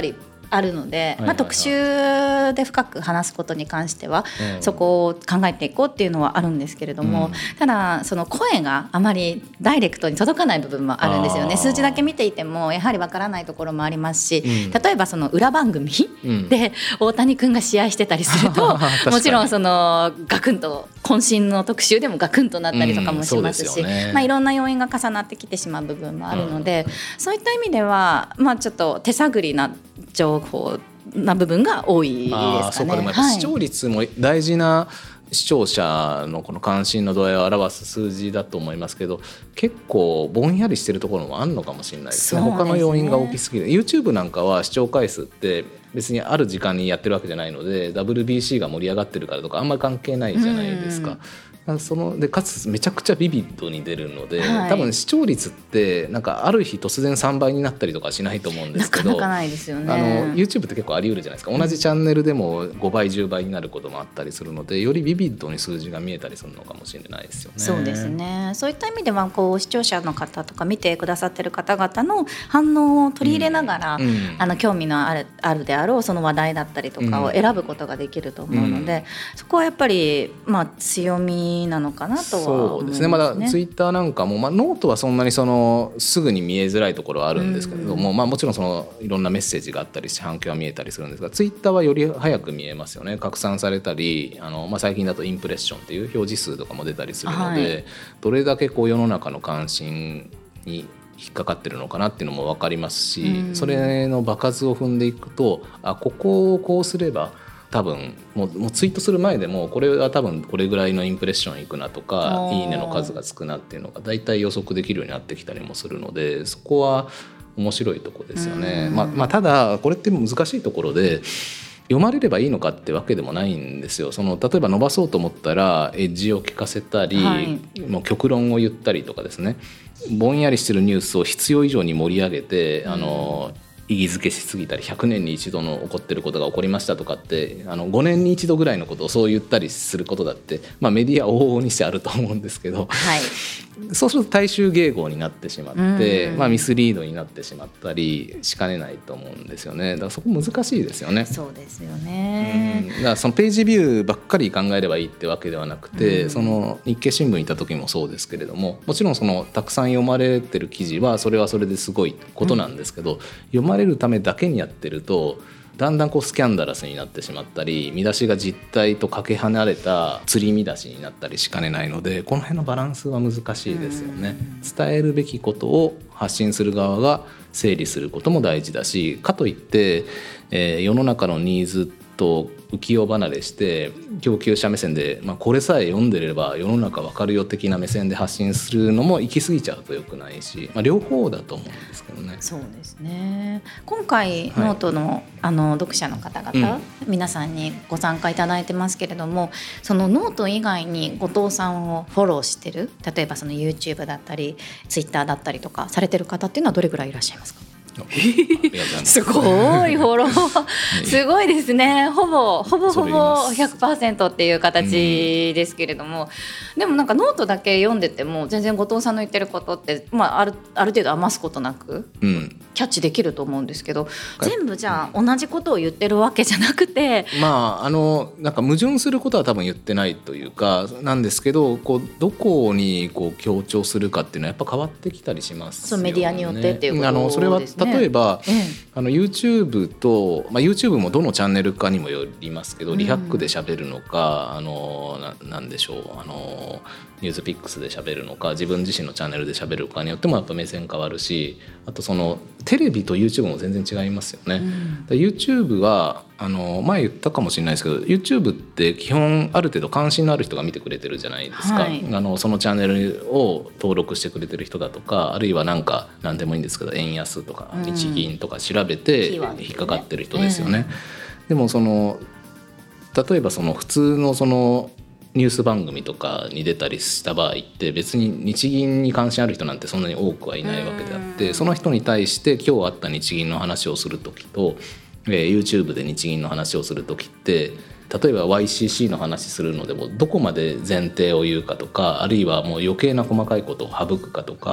あるので、はいはいはい、まあ、特集で深く話すことに関しては、うん、そこを考えていこうっていうのはあるんですけれども、うん、ただその声があまりダイレクトに届かない部分もあるんですよね。数字だけ見ていてもやはりわからないところもありますし、うん、例えばその裏番組で大谷君が試合してたりすると、うん、もちろんそのガクンと渾身の特集でもガクンとなったりとかもしますし、うん、ね、まあ、いろんな要因が重なってきてしまう部分もあるので、うん、そういった意味では、まあ、ちょっと手探りな情報な部分が多いですかね。 あ、そうか。でもやっぱ視聴率も大事な視聴者のこの関心の度合いを表す数字だと思いますけど、結構ぼんやりしてるところもあるのかもしれないですね。他の要因が大きすぎる。 YouTube なんかは視聴回数って別にある時間にやってるわけじゃないので ダブリュービーシー が盛り上がってるからとかあんまり関係ないじゃないですか。そのでかつめちゃくちゃビビッドに出るので、はい、多分視聴率ってなんかある日突然さんばいになったりとかしないと思うんですけど、 なかなかないですよね。 あの YouTube って結構あり得るじゃないですか。同じチャンネルでもごばいじゅうばいになることもあったりするので、よりビビッドに数字が見えたりするのかもしれないですよね。 そうですね。そういった意味ではこう視聴者の方とか見てくださってる方々の反応を取り入れながら、うんうん、あの興味のある、あるであろうその話題だったりとかを選ぶことができると思うので、うん、そこはやっぱり、まあ、強みなのかなと。 そうですね。まだツイッターなんかも、まあ、ノートはそんなにそのすぐに見えづらいところはあるんですけれども、うん、まあ、もちろんそのいろんなメッセージがあったりして反響が見えたりするんですが、ツイッターはより早く見えますよね。拡散されたり、あの、まあ、最近だとインプレッションっていう表示数とかも出たりするので、はい、どれだけこう世の中の関心に引っかかってるのかなっていうのも分かりますし、うん、それの場数を踏んでいくと、あ、ここをこうすれば多分もう、もうツイートする前でもこれは多分これぐらいのインプレッションいくなとかいいねの数がつくなっていうのがだいたい予測できるようになってきたりもするので、そこは面白いところですよね。まあまあ、ただこれって難しいところで、読まれればいいのかってわけでもないんですよ。その例えば伸ばそうと思ったらエッジを効かせたり、はい、もう極論を言ったりとかですね、ぼんやりしてるニュースを必要以上に盛り上げて、あの意義づけしすぎたり、ひゃくねんに一度の起こってることが起こりましたとかって、あのごねんに一度ぐらいのことをそう言ったりすることだって、まあ、メディア往々にしてあると思うんですけど、はい、そうすると大衆迎合になってしまって、まあ、ミスリードになってしまったりしかねないと思うんですよね。だからそこ難しいですよね。 そうですよね。 うん、だからそのページビューばっかり考えればいいってわけではなくて、うん、その日経新聞にいた時もそうですけれども、もちろんそのたくさん読まれてる記事はそれはそれですごいことなんですけど、うん、読まれるためだけにやってるとだんだんこうスキャンダラスになってしまったり、見出しが実態とかけ離れた釣り見出しになったりしかねないので、この辺のバランスは難しいですよね。伝えるべきことを発信する側が整理することも大事だし、かといって、えー、世の中のニーズと浮世離れして供給者目線で、まあ、これさえ読んでれば世の中わかるよ的な目線で発信するのも行き過ぎちゃうと良くないし、まあ、両方だと思うんですけどね。 そうですね。今回ノート の,、はい、あの読者の方々、うん、皆さんにご参加いただいてますけれども、そのノート以外に後藤さんをフォローしてる、例えばその YouTube だったり Twitter だったりとかされてる方っていうのはどれぐらいいらっしゃいますか？すごいフォローすごいですね。ほぼほぼほぼ ひゃくパーセント っていう形ですけれども、うん、でもなんかノートだけ読んでても全然後藤さんの言ってることって、まあ、ある、ある程度余すことなくキャッチできると思うんですけど、うん、全部じゃあ同じことを言ってるわけじゃなくて、 まああのなんか矛盾することは多分言ってないというかなんですけど、こうどこにこう強調するかっていうのはやっぱ変わってきたりしますよね。 そうメディアによってっていうことですね。 あのそれは例えば、ええ、あの YouTube と、まあ、YouTube もどのチャンネルかにもよりますけど、リハックで喋るのか、あの な, なんでしょうあのニュースピックスで喋るのか、自分自身のチャンネルで喋るかによってもやっぱ目線変わるし、あとそのテレビと YouTube も全然違いますよね。うん、YouTube はあの前言ったかもしれないですけど YouTube って基本ある程度関心のある人が見てくれてるじゃないですか。はい、あのそのチャンネルを登録してくれてる人だとか、あるいはなんか何でもいいんですけど円安とか日銀とか調べて引っかかってる人ですよね。うん、でもその例えばその普通のそのニュース番組とかに出たりした場合って別に日銀に関心ある人なんてそんなに多くはいないわけであって、その人に対して今日あった日銀の話をするときと、えー、YouTube で日銀の話をするときって例えば ワイシーシー の話するのでもどこまで前提を言うかとか、あるいはもう余計な細かいことを省くかとか、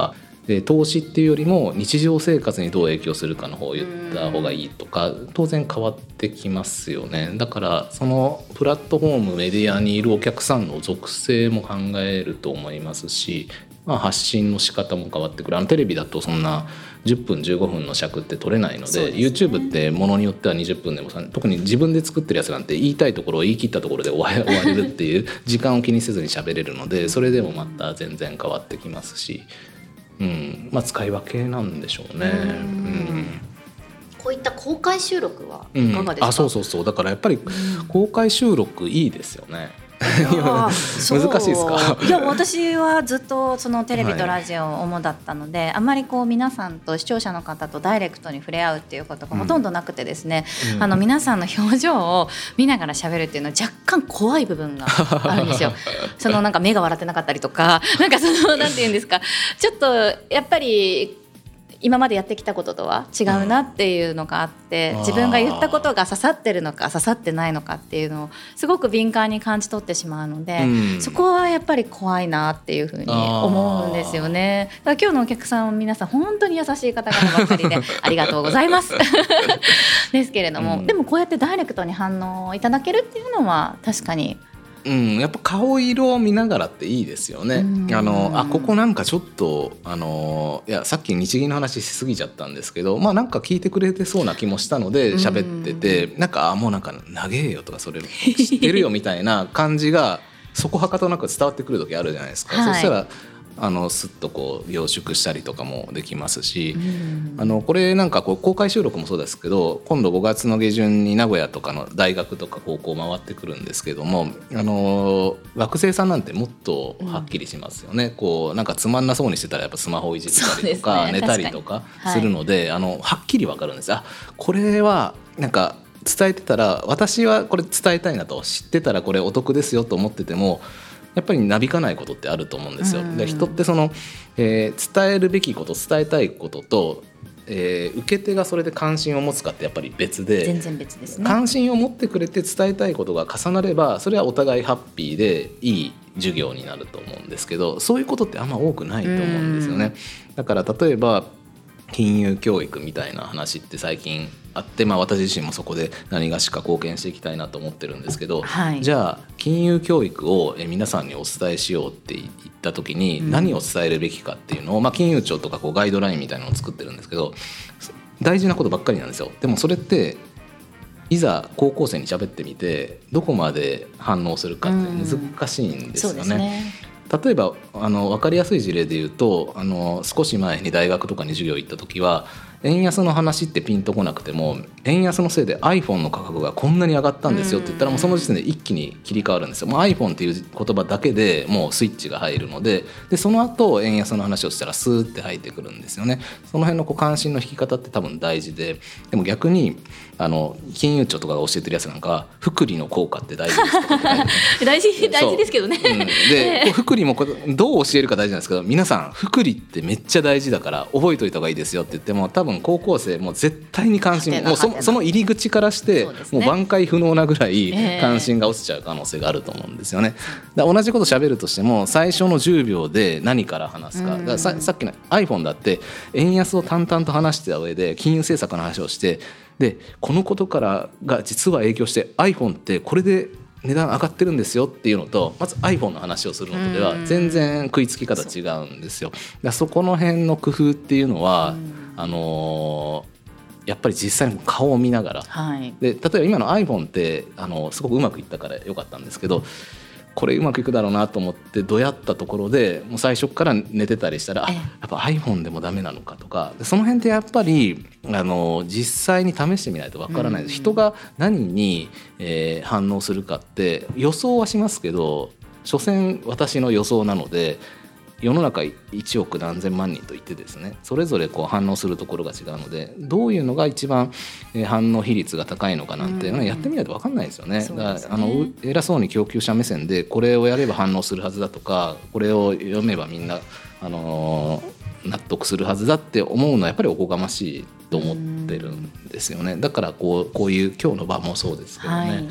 で投資っていうよりも日常生活にどう影響するかの方を言った方がいいとか当然変わってきますよね。だからそのプラットフォームメディアにいるお客さんの属性も考えると思いますし、まあ、発信の仕方も変わってくる。あのテレビだとそんなじゅっぷんじゅうごふんの尺って取れないの で, で、ね、YouTube ってものによってはにじゅっぷんでも特に自分で作ってるやつなんて言いたいところを言い切ったところで終われるっていう時間を気にせずに喋れるのでそれでもまた全然変わってきますし、うんまあ、使い分けなんでしょうね。うんうんこういった公開収録はいかがですか？ うん、あそうそうそうだからやっぱり公開収録いいですよね。難しいですか？ いや私はずっとそのテレビとラジオ主だったので、はい、あまりこう皆さんと視聴者の方とダイレクトに触れ合うっていうことがほとんどなくてですね、うん、あの皆さんの表情を見ながら喋るっていうのは若干怖い部分があるんですよ。そのなんか目が笑ってなかったりとかなんかそのなんていうんですかちょっとやっぱり今までやってきたこととは違うなっていうのがあって、うん、自分が言ったことが刺さってるのか刺さってないのかっていうのをすごく敏感に感じ取ってしまうので、うん、そこはやっぱり怖いなっていうふうに思うんですよね。だから今日のお客さんは皆さん本当に優しい方々ばっかりでありがとうございますですけれども、うん、でもこうやってダイレクトに反応いただけるっていうのは確かにうん、やっぱ顔色を見ながらっていいですよね。あのあここなんかちょっとあのいやさっき日銀の話しすぎちゃったんですけど、まあ、なんか聞いてくれてそうな気もしたので喋っててなんかあもうなんか長えよとかそれ知ってるよみたいな感じがそこはかとなく伝わってくる時あるじゃないですか、はい、そしたらあのスッとこう凝縮したりとかもできますし、あのこれなんかこう公開収録もそうですけど今度ごがつの下旬に名古屋とかの大学とか高校回ってくるんですけども、あの学生さんなんてもっとはっきりしますよね、うん、こうなんかつまんなそうにしてたらやっぱスマホいじったりとか、ね、寝たりとかするので、はい、あのはっきり分かるんです。あこれはなんか伝えてたら私はこれ伝えたいなと知ってたらこれお得ですよと思っててもやっぱりなびかないことってあると思うんですよ。で人ってその、えー、伝えるべきこと伝えたいことと、えー、受け手がそれで関心を持つかってやっぱり別で全然別ですね。 関心を持ってくれて伝えたいことが重なればそれはお互いハッピーでいい授業になると思うんですけどそういうことってあんま多くないと思うんですよね。だから例えば金融教育みたいな話って最近あって、まあ、私自身もそこで何がしか貢献していきたいなと思ってるんですけど、はい、じゃあ金融教育を皆さんにお伝えしようって言った時に何を伝えるべきかっていうのを、うんまあ、金融庁とかこうガイドラインみたいなのを作ってるんですけど大事なことばっかりなんですよ。でもそれっていざ高校生に喋ってみてどこまで反応するかって難しいんですよね。うん、そうですね。例えばあの分かりやすい事例で言うとあの少し前に大学とかに授業行った時は円安の話ってピンとこなくても円安のせいで iPhone の価格がこんなに上がったんですよって言ったらもうその時点で一気に切り替わるんですよ。もう iPhone っていう言葉だけでもうスイッチが入るので、でその後円安の話をしたらスーって入ってくるんですよね。その辺のこう関心の引き方って多分大事で、でも逆にあの金融庁とかが教えてるやつなんか複利の効果って大事ですとか大事大事ですけどね、 うん、でこう複利もどう教えるか大事なんですけど皆さん複利ってめっちゃ大事だから覚えといた方がいいですよって言っても多分高校生も絶対に関心もう そ, その入り口からして、ね、もう挽回不能なぐらい関心が落ちちゃう可能性があると思うんですよね。だ同じこと喋るとしても最初のじゅうびょうで何から話すか、だから さ, さっきの iPhone だって円安を淡々と話してた上で金融政策の話をしてでこのことからが実は影響して iPhone ってこれで値段上がってるんですよっていうのとまず iPhone の話をするのとでは全然食いつき方違うんですよ。だからそこの辺の工夫っていうのはあのー、やっぱり実際に顔を見ながら、はい、で例えば今の iPhone ってあのすごくうまくいったからよかったんですけどこれうまくいくだろうなと思ってどやったところでもう最初から寝てたりしたらあやっぱ iPhone でもダメなのかとかその辺ってやっぱりあの実際に試してみないとわからないです。人が何に、えー、反応するかって予想はしますけど所詮私の予想なので世の中いちおく何千万人といてですねそれぞれこう反応するところが違うのでどういうのが一番反応比率が高いのかなんて、うん、やってみないと分かんないですよね。だからあの偉そうに供給者目線でこれをやれば反応するはずだとかこれを読めばみんな、あのー、納得するはずだって思うのはやっぱりおこがましいと思ってるんですよね。だからこう、こういう今日の場もそうですけどね、はい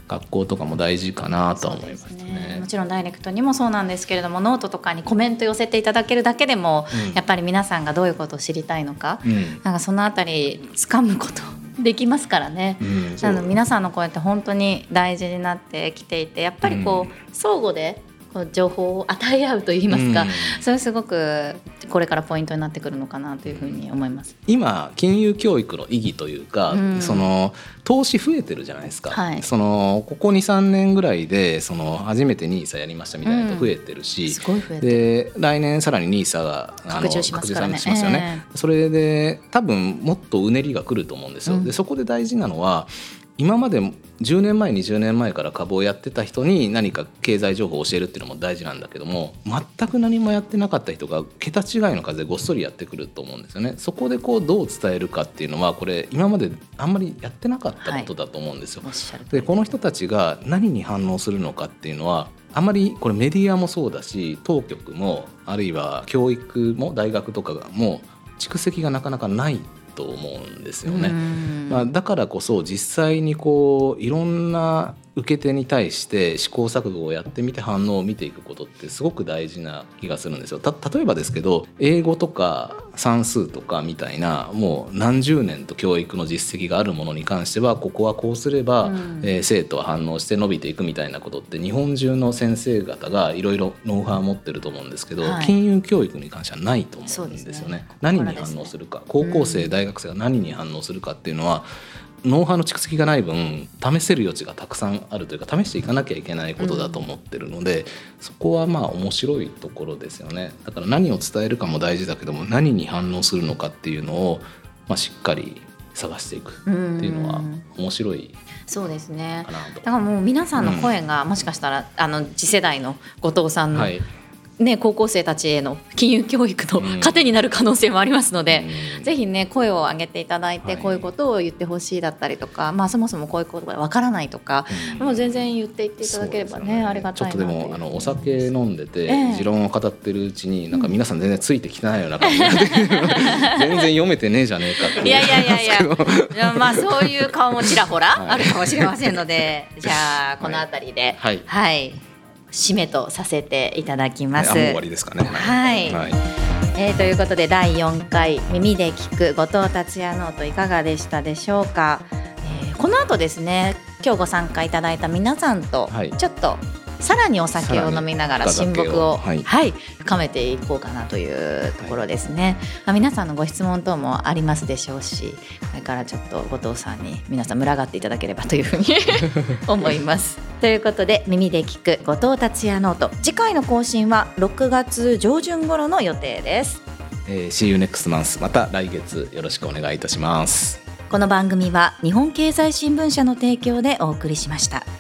学校とかも大事かなとは思いますね。 ね、もちろんダイレクトにもそうなんですけれども、ノートとかにコメント寄せていただけるだけでも、うん、やっぱり皆さんがどういうことを知りたいのか、うん、なんかそのあたり掴むことできますからね、うん、あの皆さんの声って本当に大事になってきていて、やっぱりこう、うん、相互でこう情報を与え合うといいますか、うん、それすごくこれからポイントになってくるのかなというふうに思います。 今金融教育の意義というか、うん、その投資増えてるじゃないですか、はい、そのここ にさんねんぐらいでその初めて ニーサ やりましたみたいな人増えてるし、うん、 すごい増えてる。 で来年さらに ニーサ が拡充しますからね、 拡充しますよね、えー、それで多分もっとうねりが来ると思うんですよ、うん、でそこで大事なのは今までじゅうねんまえにじゅうねんまえから株をやってた人に何か経済情報を教えるっていうのも大事なんだけども、全く何もやってなかった人が桁違いの数でごっそりやってくると思うんですよね。そこでこうどう伝えるかっていうのはこれ今まであんまりやってなかったことだと思うんですよ、はい、でこの人たちが何に反応するのかっていうのはあまりこれメディアもそうだし当局もあるいは教育も大学とかも蓄積がなかなかないと思うんですよね。まあ、だからこそ実際にこういろんな受け手に対して試行錯誤をやってみて反応を見ていくことってすごく大事な気がするんですよ。た例えばですけど英語とか算数とかみたいなもう何十年と教育の実績があるものに関してはここはこうすれば、うんえー、生徒は反応して伸びていくみたいなことって日本中の先生方がいろいろノウハウを持ってると思うんですけど、はい、金融教育に関してはないと思うんですよね。ね何に反応するか、高校生、うん、大学生が何に反応するかっていうのはノウハウの蓄積がない分試せる余地がたくさんあるというか試していかなきゃいけないことだと思ってるので、うん、そこはまあ面白いところですよね。だから何を伝えるかも大事だけども何に反応するのかっていうのを、まあ、しっかり探していくっていうのは面白いかなと。 そうですね。だからもう皆さんの声がもしかしたら、うん、あの次世代の後藤さんの、はいね、高校生たちへの金融教育の糧になる可能性もありますので、うん、ぜひね声を上げていただいて、はい、こういうことを言ってほしいだったりとか、まあ、そもそもこういうことがわからないとか、うん、もう全然言っていっていただければ ね, ねありがたいなという。 ちょっとでもあのお酒飲んでて、えー、持論を語ってるうちになんか皆さん全然ついてきてないような感じで、うん、全然読めてねえじゃねえかっていやいやいやいやまあそういう顔もちらほらあるかもしれませんので、はい、じゃあこのあたりではい、はい締めとさせていただきます。 あ、もう終わりですかね。 はい、はいえー、ということでだいよんかい耳で聞く後藤達也ノートいかがでしたでしょうか。えー、この後ですね今日ご参加いただいた皆さんとちょっとさらにお酒を飲みながら親睦を、はいはい、深めていこうかなというところですね、はいまあ、皆さんのご質問等もありますでしょうし、これからちょっと後藤さんに皆さん群がっていただければというふうに思いますということで耳で聞く後藤達也ノート、次回の更新はろくがつ上旬頃の予定です。 えー、See you next month。 また来月よろしくお願いいたします。 この番組は日本経済新聞社の提供でお送りしました。